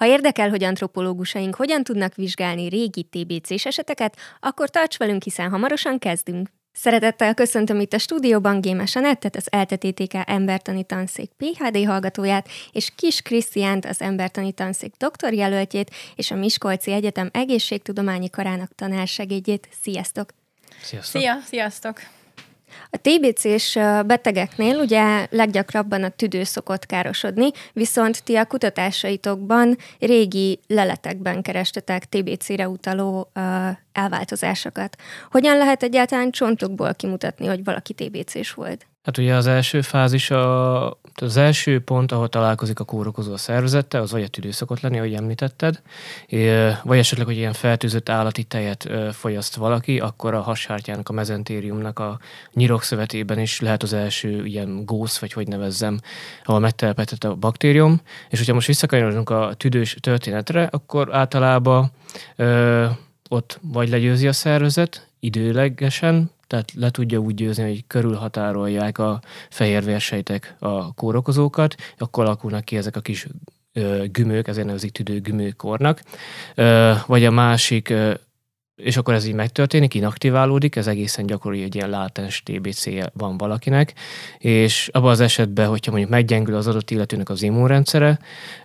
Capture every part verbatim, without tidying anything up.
Ha érdekel, hogy antropológusaink hogyan tudnak vizsgálni régi té bé cés eseteket, akkor tarts velünk, hiszen hamarosan kezdünk. Szeretettel köszöntöm itt a stúdióban Gémes Anettet, az ELTE té té ká Embertani Tanszék pé há dé hallgatóját, és Kiss Krisztiánt, az Embertani Tanszék doktorjelöltjét, és a Miskolci Egyetem Egészségtudományi Karának tanársegédjét. Sziasztok! Sziasztok! Szia, sziasztok! A té bé cés betegeknél ugye leggyakrabban a tüdő szokott károsodni, viszont ti a kutatásaitokban régi leletekben kerestetek té bé cére utaló uh, elváltozásokat. Hogyan lehet egyáltalán csontokból kimutatni, hogy valaki té bé cés volt? Hát ugye az első fázis, a, az első pont, ahol találkozik a kórokozó a szervezettel, az vagy a tüdő szokott lenni, ahogy említetted, vagy esetleg, hogy ilyen fertőzött állati tejet fogyaszt valaki, akkor a hashártyának, a mezentériumnak a nyirokszövetében is lehet az első ilyen gósz, vagy hogy nevezzem, ahol megtelepedett a baktérium. És hogyha most visszakanyarodunk a tüdős történetre, akkor általában ö, ott vagy legyőzi a szervezet időlegesen, tehát le tudja úgy győzni, hogy körülhatárolják a fehérvérsejtek a kórokozókat, akkor alakulnak ki ezek a kis ö, gümők, ezért nevezik tüdőgümőkornak. Ö, vagy a másik, ö, és akkor ez így megtörténik, inaktiválódik, ez egészen gyakori, hogy ilyen látens té bé cé van valakinek, és abban az esetben, hogyha mondjuk meggyengül az adott illetőnek az immunrendszere,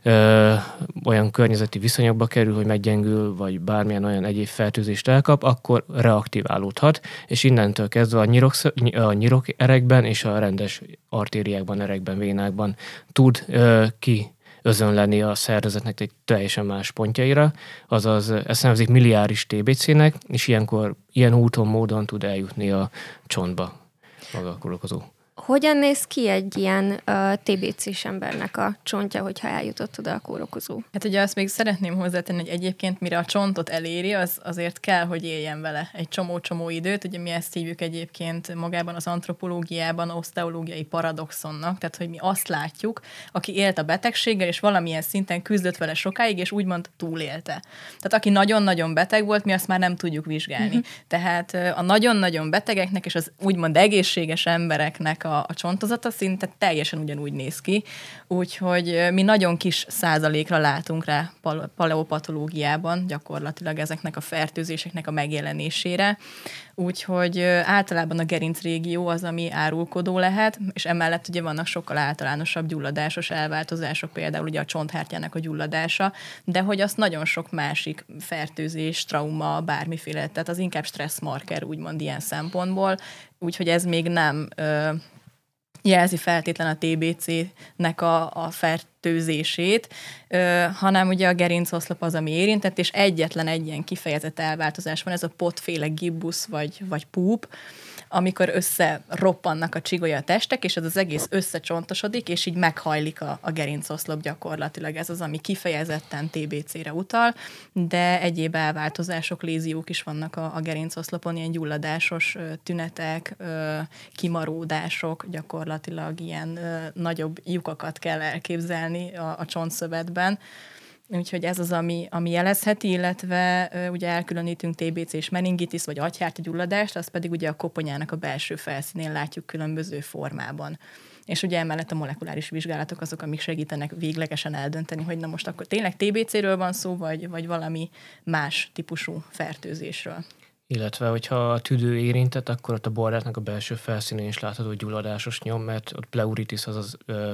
ö, olyan környezeti viszonyokba kerül, hogy meggyengül, vagy bármilyen olyan egyéb fertőzést elkap, akkor reaktiválódhat, és innentől kezdve a, nyirok, a nyirok erekben és a rendes artériákban, erekben, vénákban tud ö, ki özönleni a szervezetnek egy teljesen más pontjaira, azaz ezt nevezik milliáris té bé cének, és ilyenkor ilyen úton, módon tud eljutni a csontba maga a kórokozó. Hogyan néz ki egy ilyen uh, té bé cés embernek a csontja, hogyha eljutott oda a kórokozó? Hát ugye azt még szeretném hozzátenni, hogy egyébként mire a csontot eléri, az azért kell, hogy éljen vele egy csomó-csomó időt. Ugye mi ezt hívjuk egyébként magában az antropológiában oszteológiai paradoxonnak, tehát hogy mi azt látjuk, aki élt a betegséggel, és valamilyen szinten küzdött vele sokáig, és úgymond túlélte. Tehát aki nagyon-nagyon beteg volt, mi azt már nem tudjuk vizsgálni. Uh-huh. Tehát a nagyon-nagyon betegeknek és az úgymond egészséges embereknek a, a csontozata szinte teljesen ugyanúgy néz ki, úgyhogy mi nagyon kis százalékra látunk rá paleopatológiában gyakorlatilag ezeknek a fertőzéseknek a megjelenésére, úgyhogy általában a gerincrégió az, ami árulkodó lehet, és emellett ugye vannak sokkal általánosabb gyulladásos elváltozások, például ugye a csonthártyának a gyulladása, de hogy azt nagyon sok másik fertőzés, trauma, bármiféle, tehát az inkább stresszmarker úgymond ilyen szempontból, úgyhogy ez még nem ö, jelzi feltétlen a té bé cének a, a fertőzését, ö, hanem ugye a gerincoszlop az, ami érintett, és egyetlen egy ilyen kifejezett elváltozás van, ez a potféle gibbusz vagy, vagy púp, amikor összeroppannak a csigolya testek, és ez az egész összecsontosodik, és így meghajlik a, a gerincoszlop gyakorlatilag. Ez az, ami kifejezetten té bé cére utal, de egyéb elváltozások, léziók is vannak a, a gerincoszlopon, ilyen gyulladásos ö, tünetek, ö, kimaródások, gyakorlatilag ilyen ö, nagyobb lyukakat kell elképzelni a, a csontszövetben. Úgyhogy ez az, ami, ami jelezheti, illetve ö, ugye elkülönítünk té bé cé és meningitis, vagy agyhártya gyulladást, azt pedig ugye a koponyának a belső felszínén látjuk különböző formában. És ugye emellett a molekuláris vizsgálatok azok, amik segítenek véglegesen eldönteni, hogy na most akkor tényleg té bé céről van szó, vagy, vagy valami más típusú fertőzésről. Illetve, hogyha a tüdő érintett, akkor ott a bordátnak a belső felszínén is látható gyulladásos nyom, mert ott pleuritis, azaz ö,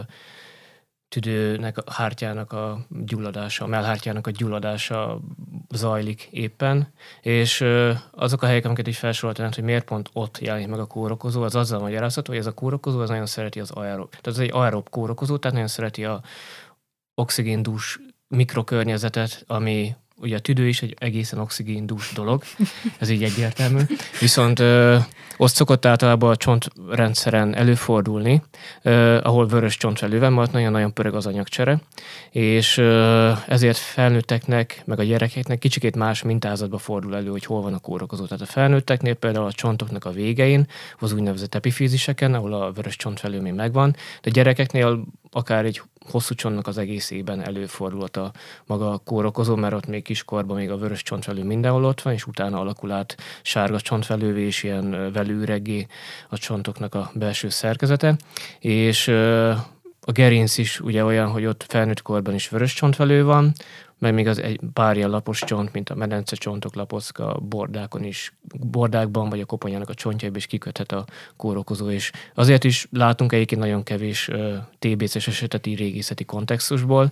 tüdőnek, a hártyának a gyulladása, a mellhártyának a gyulladása zajlik éppen, és ö, azok a helyek, amiket is felsoroltam, hogy miért pont ott jelenik meg a kórokozó, az azzal magyarázható, hogy ez a kórokozó az nagyon szereti az aerob. Tehát ez egy aerob kórokozó, tehát nagyon szereti a oxigéndús mikrokörnyezetet, ami ugye a tüdő is egy egészen oxigéndús dolog, ez így egyértelmű. Viszont ö, ott szokott általában a csontrendszeren előfordulni, ö, ahol vörös csontfelő van, mert nagyon-nagyon pörög az anyagcsere, és ö, ezért felnőtteknek, meg a gyerekeknek kicsikét más mintázatba fordul elő, hogy hol van a kórokozó. Tehát a felnőtteknél például a csontoknak a végein, az úgynevezett epifíziseken, ahol a vörös csontfelő még megvan, de gyerekeknél akár egy hosszú csontnak az egészében előfordulhat a maga a kórokozó, mert ott még kiskorban még a vörös csontfelő mindenhol ott van, és utána alakul át sárga csontfelővé és ilyen velőreggé a csontoknak a belső szerkezete. És a gerinc is ugye olyan, hogy ott felnőtt korban is vörös csontvelő van, meg még az egy pár ilyen lapos csont, mint a medence csontok, lapocka, bordákon is, bordákban, vagy a koponyának a csontjaiban is kiköthet a kórokozó, és azért is látunk egyébként nagyon kevés uh, té bé cés esetet így régészeti kontextusból,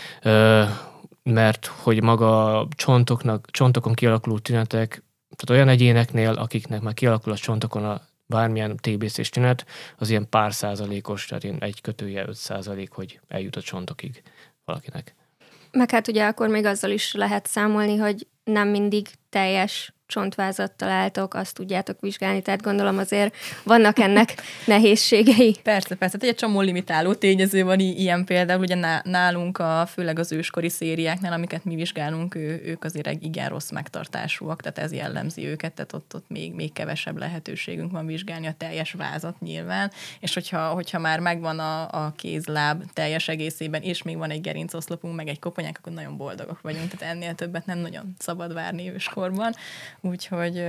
uh, mert hogy maga a csontoknak, csontokon kialakuló tünetek, tehát olyan egyéneknél, akiknek már kialakul a csontokon a bármilyen té bé cés tünet, az ilyen pár százalékos, tehát ilyen egy kötője öt százalék, hogy eljut a csontokig valakinek. Meg hát ugye akkor még azzal is lehet számolni, hogy nem mindig teljes csontvázat találtok, azt tudjátok vizsgálni, tehát gondolom azért vannak ennek nehézségei. Persze, persze. Egy csomó limitáló tényező van ilyen például, ugye nálunk a, főleg az őskori szériáknál, amiket mi vizsgálunk, ő, ők azért igen rossz megtartásúak, tehát ez jellemzi őket, tehát ott, ott még, még kevesebb lehetőségünk van vizsgálni a teljes vázat nyilván, és hogyha, hogyha már megvan a, a kézláb teljes egészében, és még van egy gerincoszlopunk, meg egy koponyánk, akkor nagyon boldogok vagyunk, tehát ennél többet nem nagyon szabad várni őskorban. Úgyhogy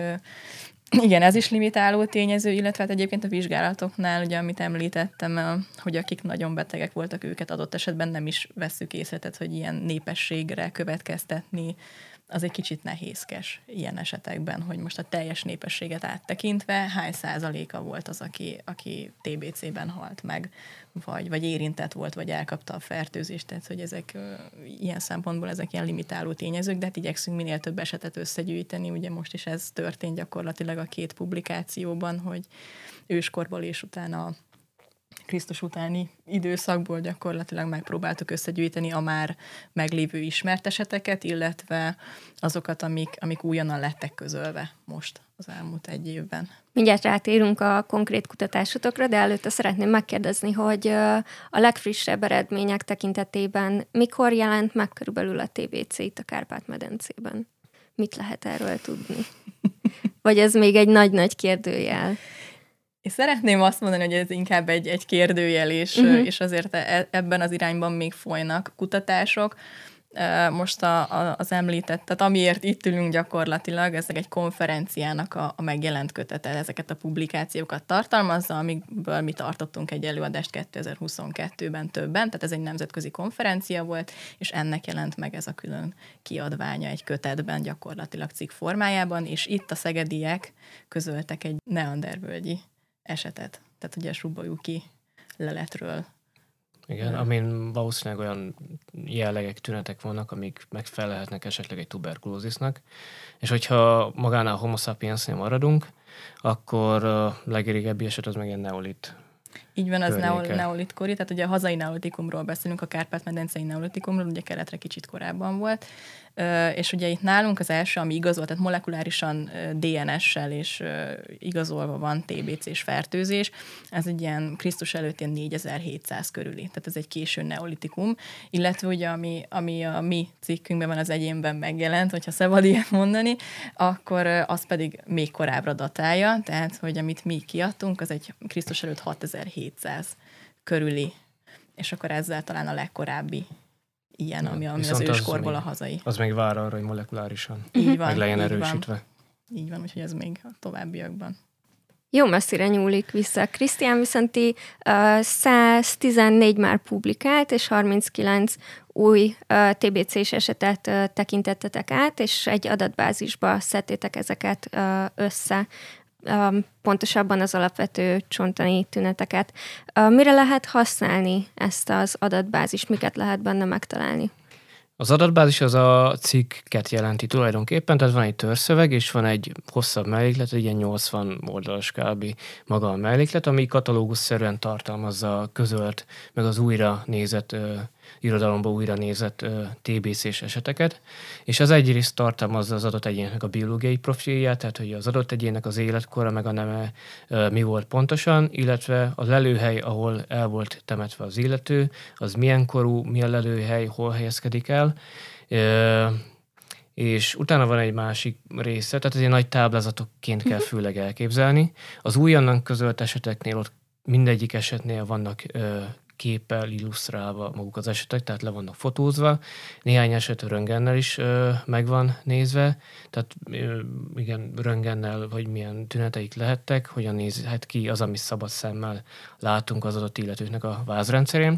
igen, ez is limitáló tényező, illetve hát egyébként a vizsgálatoknál, ugye, amit említettem, hogy akik nagyon betegek voltak, őket adott esetben nem is vesszük észre, tehát, hogy ilyen népességre következtetni, az egy kicsit nehézkes ilyen esetekben, hogy most a teljes népességet áttekintve hány százaléka volt az, aki, aki té bé cében halt meg, vagy, vagy érintett volt, vagy elkapta a fertőzést, tehát hogy ezek ilyen szempontból ezek ilyen limitáló tényezők, de hát igyekszünk minél több esetet összegyűjteni, ugye most is ez történt gyakorlatilag a két publikációban, hogy őskorból és utána Krisztus utáni időszakból gyakorlatilag megpróbáltuk összegyűjteni a már meglévő ismert eseteket, illetve azokat, amik, amik újonnan lettek közölve most az elmúlt egy évben. Mindjárt rátérünk a konkrét kutatásotokra, de előtte szeretném megkérdezni, hogy a legfrissebb eredmények tekintetében mikor jelent meg körülbelül a té bé cé itt a Kárpát-medencében? Mit lehet erről tudni? Vagy ez még egy nagy-nagy kérdőjel? Én szeretném azt mondani, hogy ez inkább egy, egy kérdőjel, és, uh-huh. és azért ebben az irányban még folynak kutatások. Most a, a, az említett, tehát amiért itt ülünk gyakorlatilag, ez egy konferenciának a, a megjelent kötete, ezeket a publikációkat tartalmazza, amikből mi tartottunk egy előadást kétezer-huszonkettőben többen, tehát ez egy nemzetközi konferencia volt, és ennek jelent meg ez a külön kiadványa egy kötetben, gyakorlatilag cikk formájában, és itt a szegediek közöltek egy neandervölgyi esetet, tehát ugye a Subajuki leletről. Igen, amin valószínűleg olyan jellegek, tünetek vannak, amik megfelelhetnek esetleg egy tuberkulózisnak, és hogyha magánál a homo sapiensnél maradunk, akkor a legrégebbi eset az meg egy neolit. Így van, az neol- neolitkori, tehát ugye a hazai neolitikumról beszélünk, a Kárpát-medencei neolitikumról, ugye keletre kicsit korábban volt, és ugye itt nálunk az első, ami igazolt, tehát molekulárisan dé en es-sel és igazolva van té bé cés fertőzés, ez egy ilyen Krisztus előtt ilyen négyezer-hétszáz körüli, tehát ez egy késő neolitikum, illetve ugye ami, ami a mi cikkünkben van, az egyénben megjelent, hogyha szabad ilyet mondani, akkor az pedig még korábbra datálja, tehát hogy amit mi kiadtunk, az egy Krisztus előtt hatezer-hétszáz körüli, és akkor ezzel talán a legkorábbi ilyen, ami, ami az őskorból a hazai. Az még vár arra, hogy molekulárisan így van, meg legyen így erősítve. Van. Így van, úgyhogy ez még a továbbiakban. Jó messzire nyúlik vissza. Krisztián viszonti uh, száztizennégy már publikált, és harminckilenc új uh, té bé cés esetet uh, tekintettetek át, és egy adatbázisba szedtétek ezeket uh, össze. Um, pontosabban az alapvető csontani tüneteket. Uh, mire lehet használni ezt az adatbázist, miket lehet benne megtalálni? Az adatbázis az a cikket jelenti tulajdonképpen, tehát van egy törzszöveg, és van egy hosszabb melléklet, egy ilyen nyolcvan oldalas kb. Maga a melléklet, ami katalógusszerűen tartalmazza a közölt, meg az újra nézett, ö, irodalomba újra nézett ö, té bé cés eseteket, és az egyrészt tartalmazza az adott egyénnek a biológiai profilját, tehát hogy az adott egyénnek az életkora, meg a neme ö, mi volt pontosan, illetve a lelőhely, ahol el volt temetve az illető, az milyen korú, mi a lelőhely, hol helyezkedik el, ö, és utána van egy másik része, tehát ez egy nagy táblázatokként kell főleg elképzelni. Az újonnan közölt eseteknél ott mindegyik esetnél vannak ö, képpel illusztrálva maguk az esetek, tehát le vannak fotózva. Néhány eset röntgennel is ö, meg van nézve, tehát ö, igen, röntgennel, hogy milyen tüneteik lehettek, hogyan nézhet ki az, amit szabad szemmel látunk az adott illetőknek a vázrendszerén.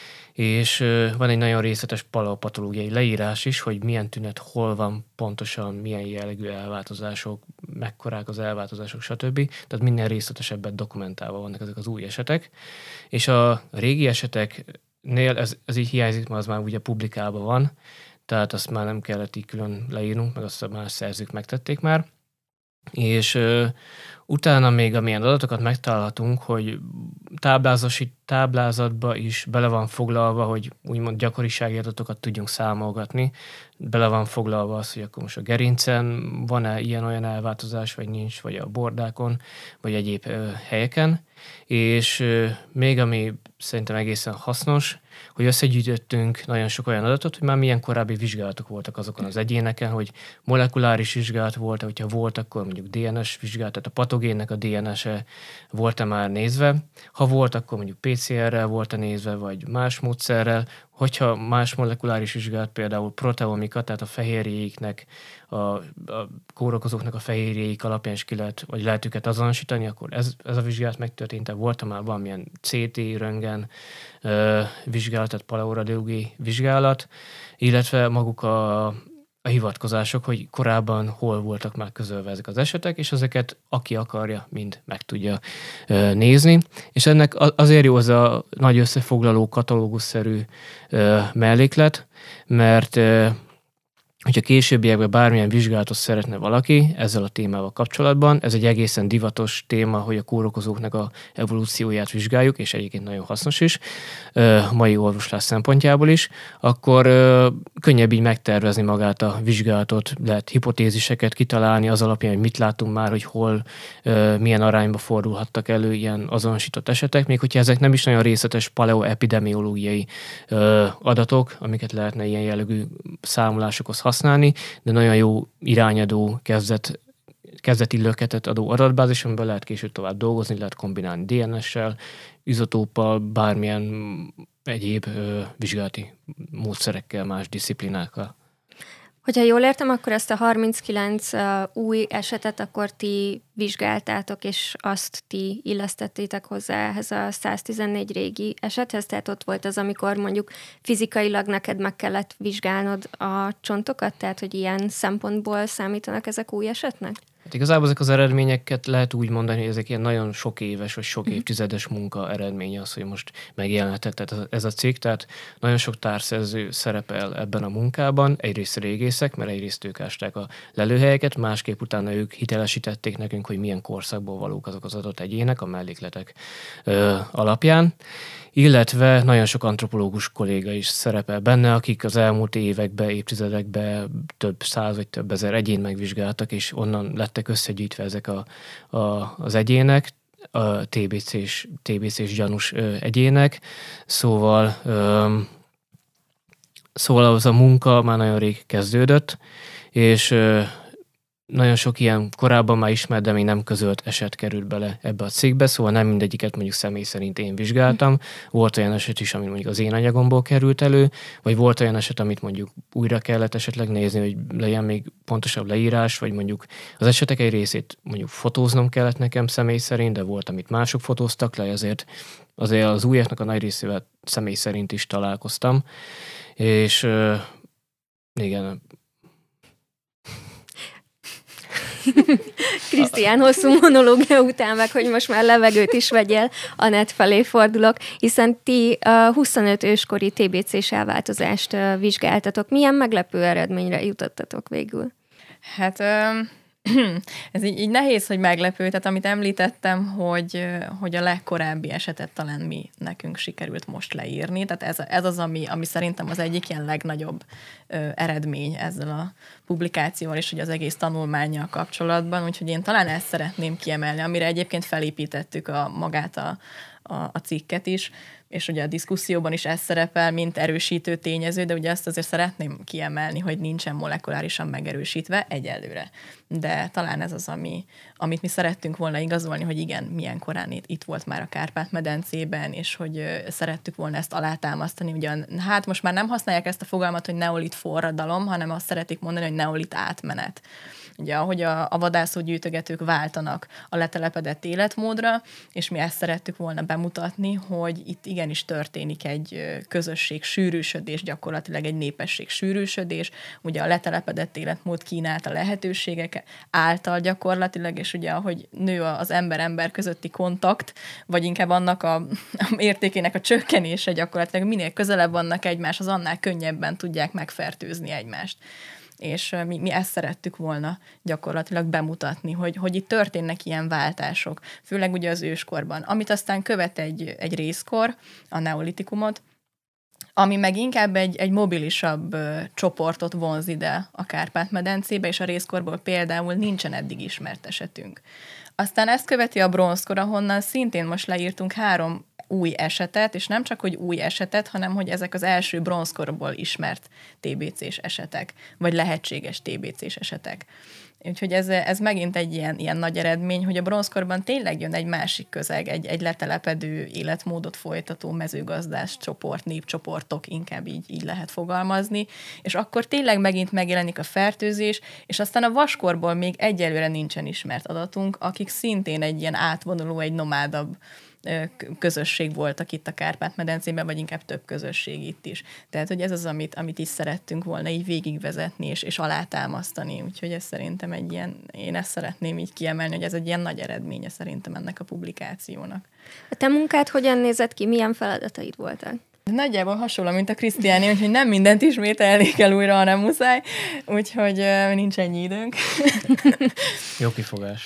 És ö, van egy nagyon részletes paleopatológiai leírás is, hogy milyen tünet, hol van pontosan, milyen jellegű elváltozások, mekkorák az elváltozások, stb. Tehát minden részletesebben dokumentálva vannak ezek az új esetek. És a régi eseteknél ez, ez így hiányzik, mert az már ugye publikálva van, tehát azt már nem kellett így külön leírnunk, meg azt más szerzők megtették már. És ö, utána még amilyen adatokat megtalálhatunk, hogy táblázási táblázatba is bele van foglalva, hogy úgymond gyakorisági adatokat tudjunk számolgatni. Bele van foglalva az, hogy akkor most a gerincen van-e ilyen-olyan elváltozás, vagy nincs, vagy a bordákon, vagy egyéb ö, helyeken. És ö, még ami szerintem egészen hasznos, hogy összegyűjtöttünk nagyon sok olyan adatot, hogy már milyen korábbi vizsgálatok voltak azokon az egyéneken, hogy molekuláris vizsgálat volt, hogyha volt, akkor mondjuk dé en es vizsgálat, tehát a patogénnek a dé en es-e volt-e már nézve. Ha volt, akkor mondjuk pé cé errel volt-e nézve, vagy más módszerrel. Hogyha más molekuláris vizsgálat, például proteomika, tehát a fehérjéiknek, a, a kórokozóknak a fehérjéik alapján is ki lehet, vagy lehet őket azonosítani, akkor ez, ez a vizsgálat megtörtént, volt már valamilyen cé té, röntgen vizsgálat, tehát paleoradiológiai vizsgálat, illetve maguk a, a hivatkozások, hogy korábban hol voltak már közölve ezek az esetek, és ezeket aki akarja, mind meg tudja ö, nézni. És ennek azért jó az a nagy összefoglaló katalógusszerű ö, melléklet, mert ö, hogyha későbbiekben bármilyen vizsgálatot szeretne valaki ezzel a témával kapcsolatban, ez egy egészen divatos téma, hogy a kórokozóknak a evolúcióját vizsgáljuk, és egyébként nagyon hasznos is, mai orvoslás szempontjából is, akkor könnyebb így megtervezni magát a vizsgálatot, lehet hipotéziseket kitalálni az alapján, hogy mit látunk már, hogy hol, milyen arányba fordulhattak elő ilyen azonosított esetek, még hogyha ezek nem is nagyon részletes paleoepidemiológiai adatok, amiket lehetne ilyen jellegű számolásokhoz használni, de nagyon jó irányadó kezdet, kezdeti löketet adó adatbázis, amiből lehet később tovább dolgozni, lehet kombinálni dé en es-sel, izotóppal, bármilyen egyéb ö, vizsgálati módszerekkel, más diszciplinákkal. Hogyha jól értem, akkor ezt a harminckilenc uh, új esetet akkor ti vizsgáltátok, és azt ti illesztettétek hozzá ehhez a száztizennégy régi esethez, tehát ott volt az, amikor mondjuk fizikailag neked meg kellett vizsgálnod a csontokat, tehát hogy ilyen szempontból számítanak ezek új esetnek? Hát igazából ezek az eredményeket lehet úgy mondani, hogy ezek ilyen nagyon sok éves, vagy sok évtizedes munka eredménye az, hogy most megjelenhetett ez a cikk, tehát nagyon sok társszerző szerepel ebben a munkában, egyrészt régészek, mert egyrészt ők ásták a lelőhelyeket, másképp utána ők hitelesítették nekünk, hogy milyen korszakból valók azok az adott egyének a mellékletek ö, alapján, illetve nagyon sok antropológus kolléga is szerepel benne, akik az elmúlt években, évtizedekben több száz vagy több ezer egyén megvizsgáltak, és onnan lettek összegyűjtve ezek a, a, az egyének, a té bé cés, té bé cés gyanús ö, egyének. Szóval, ö, szóval az a munka már nagyon rég kezdődött, és ö, nagyon sok ilyen korábban már ismert, de még nem közölt eset került bele ebbe a cikkbe, szóval nem mindegyiket mondjuk személy szerint én vizsgáltam. Volt olyan eset is, ami mondjuk az én anyagomból került elő, vagy volt olyan eset, amit mondjuk újra kellett esetleg nézni, hogy legyen még pontosabb leírás, vagy mondjuk az esetek egy részét mondjuk fotóznom kellett nekem személy szerint, de volt, amit mások fotóztak le, ezért azért az újaknak a nagy részével személy szerint is találkoztam. És igen, Krisztián hosszú monológia után meg, hogy most már levegőt is vegyél, Anett felé fordulok, hiszen ti uh, huszonöt őskori té bé cés elváltozást uh, vizsgáltatok. Milyen meglepő eredményre jutottatok végül? Hát ez így, így nehéz, hogy meglepő. Tehát amit említettem, hogy, hogy a legkorábbi esetet talán mi nekünk sikerült most leírni. Tehát ez, ez az, ami, ami szerintem az egyik ilyen legnagyobb ö, eredmény ezzel a publikációval és ugye az egész tanulmánnyal kapcsolatban, úgyhogy én talán ezt szeretném kiemelni, amire egyébként felépítettük a, magát a, a, a cikket is, és ugye a diszkuszióban is ez szerepel, mint erősítő tényező, de ugye azt azért szeretném kiemelni, hogy nincsen molekulárisan megerősítve egyelőre. De talán ez az, ami, amit mi szerettünk volna igazolni, hogy igen, milyen korán itt, itt volt már a Kárpát-medencében, és hogy szerettük volna ezt alátámasztani. Ugye, hát most már nem használják ezt a fogalmat, hogy neolit forradalom, hanem azt szeretik mondani, hogy neolit átmenet. Ugye, ahogy a, a vadászógyűjtögetők váltanak a letelepedett életmódra, és mi ezt szerettük volna bemutatni, hogy itt igenis történik egy közösség sűrűsödés, gyakorlatilag egy népesség sűrűsödés, ugye a letelepedett életmód kínálta lehetőségek által gyakorlatilag, és ugye ahogy nő az ember-ember közötti kontakt, vagy inkább annak a, a értékének a csökkenése gyakorlatilag, minél közelebb vannak egymáshoz, annál könnyebben tudják megfertőzni egymást. És mi, mi ezt szerettük volna gyakorlatilag bemutatni, hogy, hogy itt történnek ilyen váltások, főleg ugye az őskorban, amit aztán követ egy, egy rézkor, a neolitikumot, ami meg inkább egy, egy mobilisabb ö, csoportot vonz ide a Kárpát-medencébe, és a rézkorból például nincsen eddig ismert esetünk. Aztán ezt követi a bronzkor, ahonnan szintén most leírtunk három új esetet, és nem csak, hogy új esetet, hanem, hogy ezek az első bronzkorból ismert té bé cés esetek, vagy lehetséges té bé cés esetek. Úgyhogy ez, ez megint egy ilyen, ilyen nagy eredmény, hogy a bronzkorban tényleg jön egy másik közeg, egy, egy letelepedő életmódot folytató mezőgazdás csoport, népcsoportok, inkább így, így lehet fogalmazni, és akkor tényleg megint megjelenik a fertőzés, és aztán a vaskorból még egyelőre nincsen ismert adatunk, akik szintén egy ilyen átvonuló, egy nomádabb közösség voltak itt a Kárpát-medencében, vagy inkább több közösség itt is. Tehát, hogy ez az, amit, amit is szerettünk volna így végigvezetni, és, és alátámasztani. Úgyhogy ez szerintem egy ilyen, én ezt szeretném így kiemelni, hogy ez egy ilyen nagy eredménye szerintem ennek a publikációnak. A te munkád hogyan nézett ki, milyen feladataid voltak? Nagyjából hasonló, mint a Krisztiáné, úgyhogy nem mindent ismételni kell újra, hanem muszáj, úgyhogy uh, nincs ennyi időnk. Jó kifogás.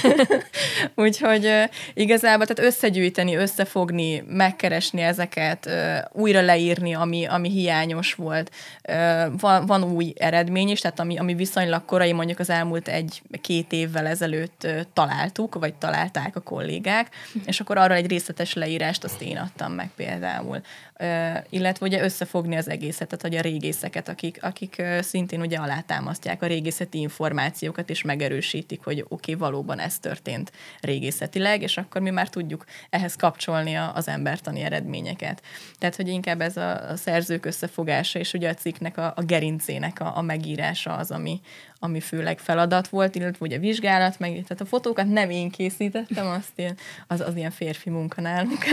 Úgyhogy uh, igazából tehát összegyűjteni, összefogni, megkeresni ezeket, uh, újra leírni, ami, ami hiányos volt. Uh, van, van új eredmény is, tehát ami, ami viszonylag korai, mondjuk az elmúlt egy-két évvel ezelőtt uh, találtuk, vagy találták a kollégák, és akkor arra egy részletes leírást azt én adtam meg például. Uh, illetve ugye összefogni az egészet, tehát hogy a régészeket, akik, akik uh, szintén ugye alátámasztják a régészeti információkat, és megerősítik, hogy oké, okay, valóban ez történt régészetileg, és akkor mi már tudjuk ehhez kapcsolni a, az embertani eredményeket. Tehát, hogy inkább ez a, a szerzők összefogása, és ugye a cikknek a, a gerincének a, a megírása az, ami, ami főleg feladat volt, illetve ugye vizsgálat, meg, tehát a fotókat nem én készítettem, azt én, az, az ilyen férfi munka nálunk.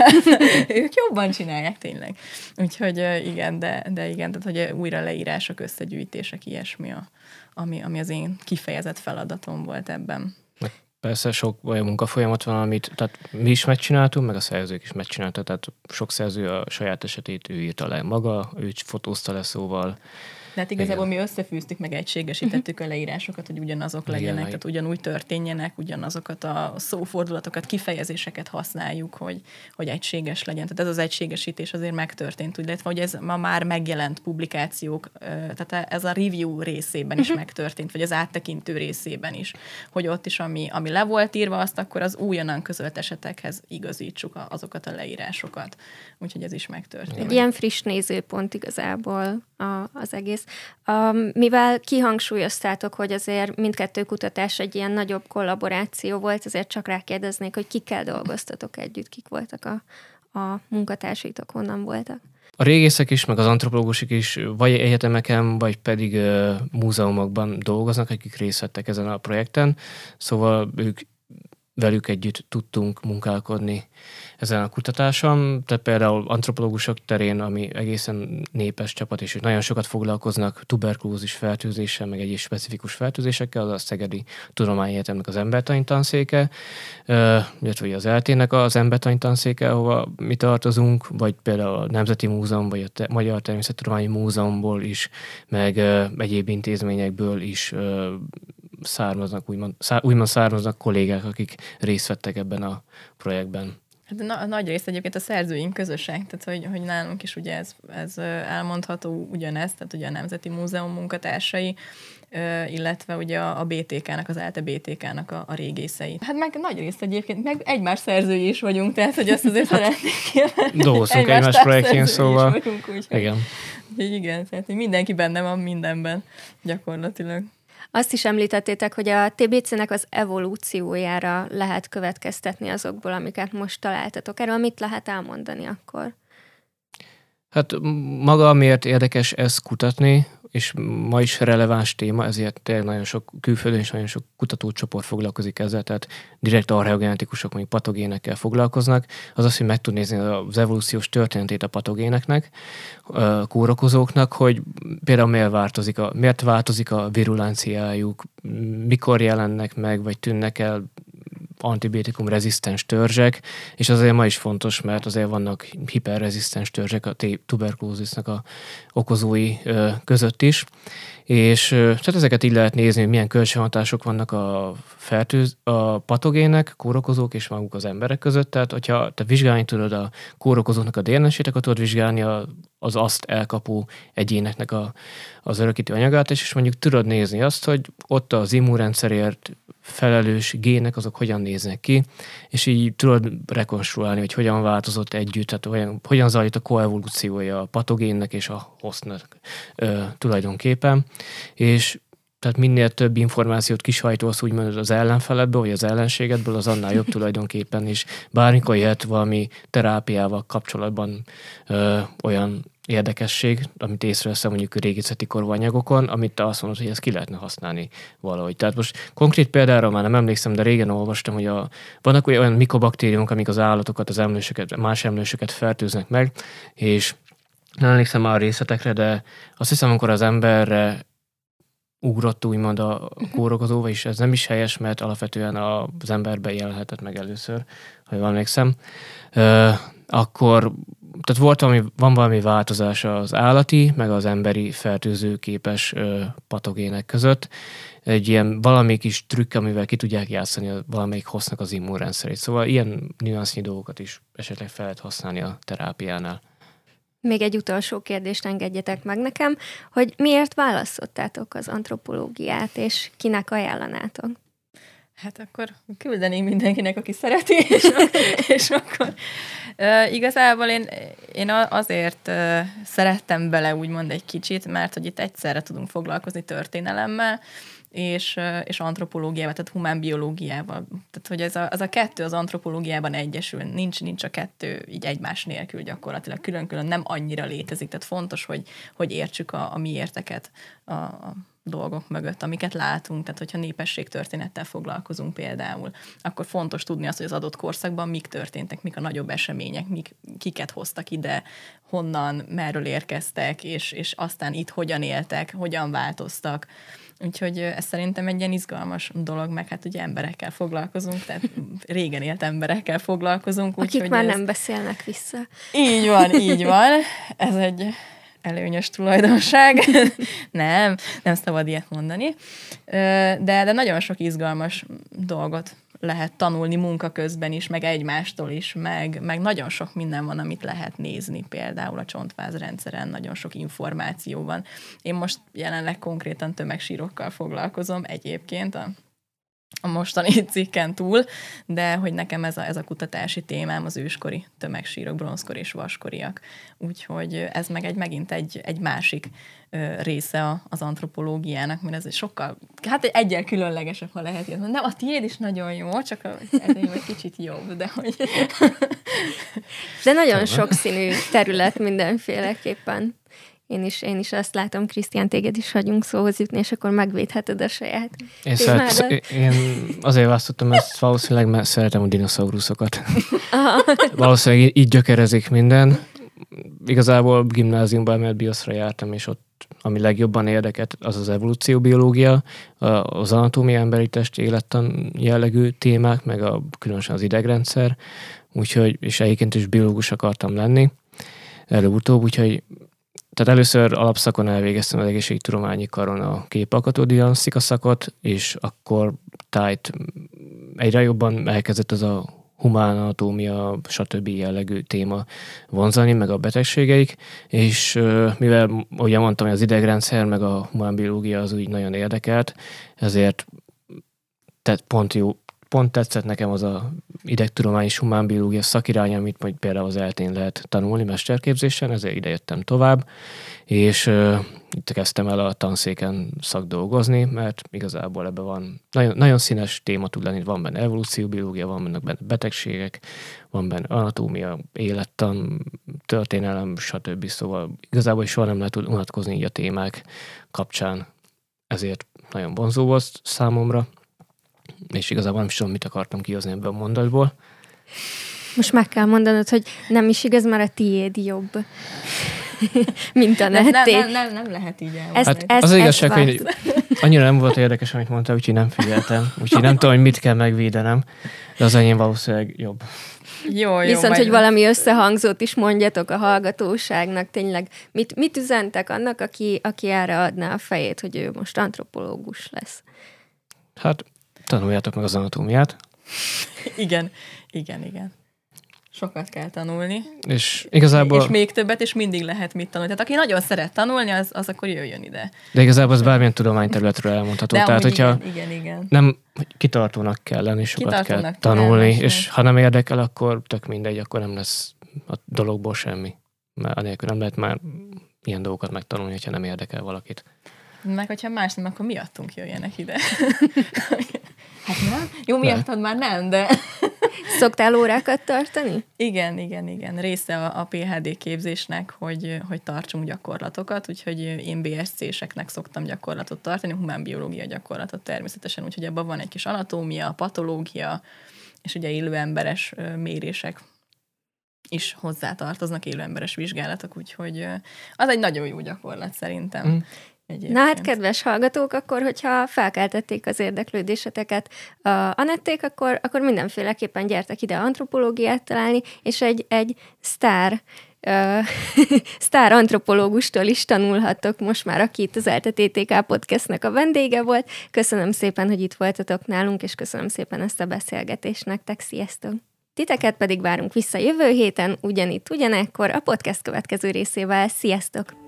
Ők jobban csinálják tényleg. Úgyhogy igen, de, de igen, tehát hogy újra leírások, összegyűjtések, ilyesmi, a, ami, ami az én kifejezett feladatom volt ebben. Persze sok olyan munkafolyamat van, amit tehát mi is megcsináltunk, meg a szerzők is megcsináltak, tehát sok szerző a saját esetét ő írta le maga, ő fotózta le, szóval. De hát igazából igen, mi összefűztük, meg egységesítettük a leírásokat, hogy ugyanazok legyenek, igen, tehát ugyanúgy történjenek, ugyanazokat a szófordulatokat, kifejezéseket használjuk, hogy, hogy egységes legyen. Tehát ez az egységesítés azért megtörtént, illetve hogy ez ma már megjelent publikációk, tehát ez a review részében is megtörtént, vagy az áttekintő részében is, hogy ott is, ami, ami le volt írva, azt akkor az újonnan közölt esetekhez igazítsuk azokat a leírásokat. Úgyhogy ez is megtörtént. Egy ilyen friss nézőpont igazából a, az egész. Um, mivel kihangsúlyoztátok, hogy azért mindkettő kutatás egy ilyen nagyobb kollaboráció volt, azért csak rákérdeznék, hogy kikkel dolgoztatok együtt, kik voltak a, a munkatársaitok, honnan voltak? A régészek is, meg az antropológusok is vagy egyetemeken, vagy pedig uh, múzeumokban dolgoznak, akik részt vettek ezen a projekten, szóval ők velük együtt tudtunk munkálkodni ezen a kutatáson. Tehát például antropológusok terén, ami egészen népes csapat, és nagyon sokat foglalkoznak tuberkulózis fertőzéssel, meg egyéb specifikus fertőzésekkel, az a Szegedi Tudományegyetemnek az embertani tanszéke, illetve az eltének az embertani tanszéke, ahova mi tartozunk, vagy például a Nemzeti Múzeum, vagy a Te- Magyar Természettudományi Múzeumból is, meg egyéb intézményekből is származnak, úgymond, szár, úgymond származnak kollégák, akik részt vettek ebben a projektben. Hát a, a nagy rész egyébként a szerzőink közösség, tehát hogy, hogy nálunk is ugye ez, ez elmondható ugyanez, tehát ugye a Nemzeti Múzeum munkatársai, illetve ugye a, a bé té ká-nak, az ELTE bé té ká-nak a, a régészei. Hát meg nagy részt egyébként, meg egymás szerzői is vagyunk, tehát hogy azt azért szeretnék kiemelni. Dolgozunk egymás projektjén, szóval. Vagyunk, úgy, igen. Úgyhogy igen, tehát mindenki benne van mindenben gyakorlatilag. Azt is említettétek, hogy a té bé cének az evolúciójára lehet következtetni azokból, amiket most találtatok. Erről mit lehet elmondani akkor? Hát maga miért érdekes ezt kutatni, és ma is releváns téma, ezért tényleg nagyon sok külföldön és nagyon sok kutatócsoport foglalkozik ezzel, tehát direkt archeogenetikusok, mondjuk patogénekkel foglalkoznak, az az, hogy meg tud nézni az evolúciós történetét a patogéneknek, a kórokozóknak, hogy például miért változik a, miért változik a virulenciájuk, mikor jelennek meg, vagy tűnnek el antibiotikum rezisztens törzsek, és azért ma is fontos, mert azért vannak hiperrezisztens törzsek a tuberkulózisnak a okozói között is, és tehát ezeket így lehet nézni, hogy milyen kölcsönhatások vannak a, fertőz, a patogének, kórokozók és maguk az emberek között, tehát hogyha te vizsgálni tudod a kórokozóknak a dé en es-ét, akkor tudod vizsgálni a, az azt elkapó egyéneknek a, az örökítő anyagát, és, és mondjuk tudod nézni azt, hogy ott az immunrendszerért felelős gének, azok hogyan néznek ki, és így tudod rekonstruálni, hogy hogyan változott együtt, tehát hogyan, hogyan zajlik a koevolúciója a patogénnek és a hostnak ö, tulajdonképpen, és tehát minél több információt kisajtolsz úgymond az ellenfeledből, vagy az ellenségedből, az annál jobb tulajdonképpen, és bármikor jöhet valami terápiával kapcsolatban ö, olyan érdekesség, amit észreveszem mondjuk a régészeti korú anyagokon, amit te azt mondod, hogy ezt ki lehetne használni valahogy. Tehát most konkrét példára már nem emlékszem, de régen olvastam, hogy a, vannak olyan mikobaktériumok, amik az állatokat, az emlősöket, más emlősöket fertőznek meg, és nem emlékszem már a részletekre, de azt hiszem, amikor az emberre ugrott úgymond a kórokozó, vagyis ez nem is helyes, mert alapvetően az emberben jelenhetett meg először, ha jól emlékszem, akkor tehát volt valami, van valami változás az állati, meg az emberi fertőzőképes patogének között. Egy ilyen valami kis trükk, amivel ki tudják játszani a valamelyik hostnak az immunrendszerét. Szóval ilyen nüansznyi dolgokat is esetleg fel lehet használni a terápiánál. Még egy utolsó kérdést engedjetek meg nekem, hogy miért választottátok az antropológiát, és kinek ajánlanátok? Hát akkor küldeném mindenkinek, aki szereti, és, és akkor uh, igazából én, én azért uh, szerettem bele úgymond egy kicsit, mert hogy itt egyszerre tudunk foglalkozni történelemmel, és, és antropológiával, tehát humánbiológiával. Tehát, hogy ez a, az a kettő az antropológiában egyesül. Nincs, nincs a kettő így egymás nélkül gyakorlatilag. Külön-külön nem annyira létezik. Tehát fontos, hogy, hogy értsük a, a miérteket a, a dolgok mögött, amiket látunk. Tehát, hogyha népességtörténettel foglalkozunk például, akkor fontos tudni azt, hogy az adott korszakban mik történtek, mik a nagyobb események, mik, kiket hoztak ide, honnan, merről érkeztek, és, és aztán itt hogyan éltek, hogyan változtak. Úgyhogy ez szerintem egy ilyen izgalmas dolog, meg hát ugye emberekkel foglalkozunk, tehát régen élt emberekkel foglalkozunk. Akik már ez... nem beszélnek vissza. Így van, így van. Ez egy előnyös tulajdonság. nem, nem szabad ilyet mondani. De, de nagyon sok izgalmas dolgot lehet tanulni munka közben is, meg egymástól is, meg, meg nagyon sok minden van, amit lehet nézni, például a csontvázrendszeren nagyon sok információ van. Én most jelenleg konkrétan tömegsírokkal foglalkozom egyébként a, a mostani cikken túl, de hogy nekem ez a, ez a kutatási témám az őskori tömegsírok, bronzkori és vaskoriak. Úgyhogy ez meg egy, megint egy, egy másik ö, része a, az antropológiának, mert ez egy sokkal, hát egy egyen különlegesebb, ha lehet ilyet mondani. Nem, a tiéd is nagyon jó, csak a, ez egy kicsit jobb, de hogy... De nagyon sokszínű terület mindenféleképpen. Én is, én is azt látom, Krisztián, téged is hagyunk szóhoz jutni, és akkor megvédheted a saját én, szeret, én azért választottam ezt valószínűleg, mert szeretem a dinoszauruszokat. Valószínűleg így gyökerezik minden. Igazából gimnáziumban, mert bioszra jártam, és ott ami legjobban érdekelt, az az evolúcióbiológia, az anatómia, emberi test, élettan jellegű témák, meg a, különösen az idegrendszer, úgyhogy, és egyébként is biológus akartam lenni előbb-utóbb, úgyhogy tehát először alapszakon elvégeztem az egészségtudományi karon a képalkotó diagnosztika szakot, és akkor tájt egyre jobban elkezdett az a humán anatómia, stb. Jellegű téma vonzani, meg a betegségeik, és mivel ugye mondtam, hogy az idegrendszer, meg a humánbiológia az úgy nagyon érdekelt, ezért tehát pont jó, pont tetszett nekem az a idegtudomány és humánbiológia szakirány, amit majd például az eltén lehet tanulni mesterképzésen, ezért ide jöttem tovább, és uh, itt kezdtem el a tanszéken szakdolgozni, mert igazából ebben van, nagyon, nagyon színes téma tud lenni, van benne evolúcióbiológia, van benne betegségek, van benne anatómia, élettan, történelem, stb. Szóval igazából soha nem lehet unatkozni így a témák kapcsán, ezért nagyon vonzó volt számomra, és igazából nem is tudom, mit akartam kihozni ebből a mondatból. Most meg kell mondanod, hogy nem is igaz, mert a tiéd jobb, mint a nem, netté. nem, nem, nem lehet így elmondani. Ez, Hát ez, az ez igazság, vált. hogy annyira nem volt érdekes, amit mondtál, úgyhogy nem figyeltem. Úgyhogy nem tudom, hogy mit kell megvédenem, de az enyém valószínűleg jobb. Jó, jó, Viszont, majd hogy valami összehangzót is mondjatok a hallgatóságnak, tényleg mit, mit üzentek annak, aki, aki erre adná a fejét, hogy ő most antropológus lesz? Hát tanuljátok meg az anatómiát. Igen, igen, igen. Sokat kell tanulni. És igazából... És még többet, és mindig lehet mit tanulni. Tehát aki nagyon szeret tanulni, az, az akkor jöjjön ide. De igazából az bármilyen tudományterületről elmondható. De Tehát, amúgy hogyha igen, igen, igen. nem kitartónak kell lenni, sokat Kitartónak kell kell tanulni, lenni, és ha nem érdekel, akkor tök mindegy, akkor nem lesz a dologból semmi. Mert anélkül nem lehet már ilyen dolgokat megtanulni, hogyha nem érdekel valakit. Meg hogyha más nem, akkor miattunk jöjjenek ide. Hát nem? Jó, miattad már nem, de... Szoktál órákat tartani? Igen, igen, igen. Része a, a pé há dé képzésnek, hogy, hogy tartsunk gyakorlatokat, úgyhogy én bé es cé-seknek szoktam gyakorlatot tartani, humánbiológia gyakorlatot természetesen, úgyhogy abban van egy kis anatómia, patológia, és ugye élő emberes mérések is hozzátartoznak, élő emberes vizsgálatok, úgyhogy az egy nagyon jó gyakorlat szerintem. Mm. Egyébként. Na hát, kedves hallgatók, akkor, hogyha felkeltették az érdeklődéseteket a Anették, akkor, akkor mindenféleképpen gyertek ide antropológiát találni, és egy, egy sztár, uh, sztár antropológustól is tanulhattok most már, aki itt az ELTE té té ká podcastnak a vendége volt. Köszönöm szépen, hogy itt voltatok nálunk, és köszönöm szépen ezt a beszélgetést nektek. Sziasztok! Titeket pedig várunk vissza jövő héten, ugyanitt, ugyanekkor a podcast következő részével. Sziasztok!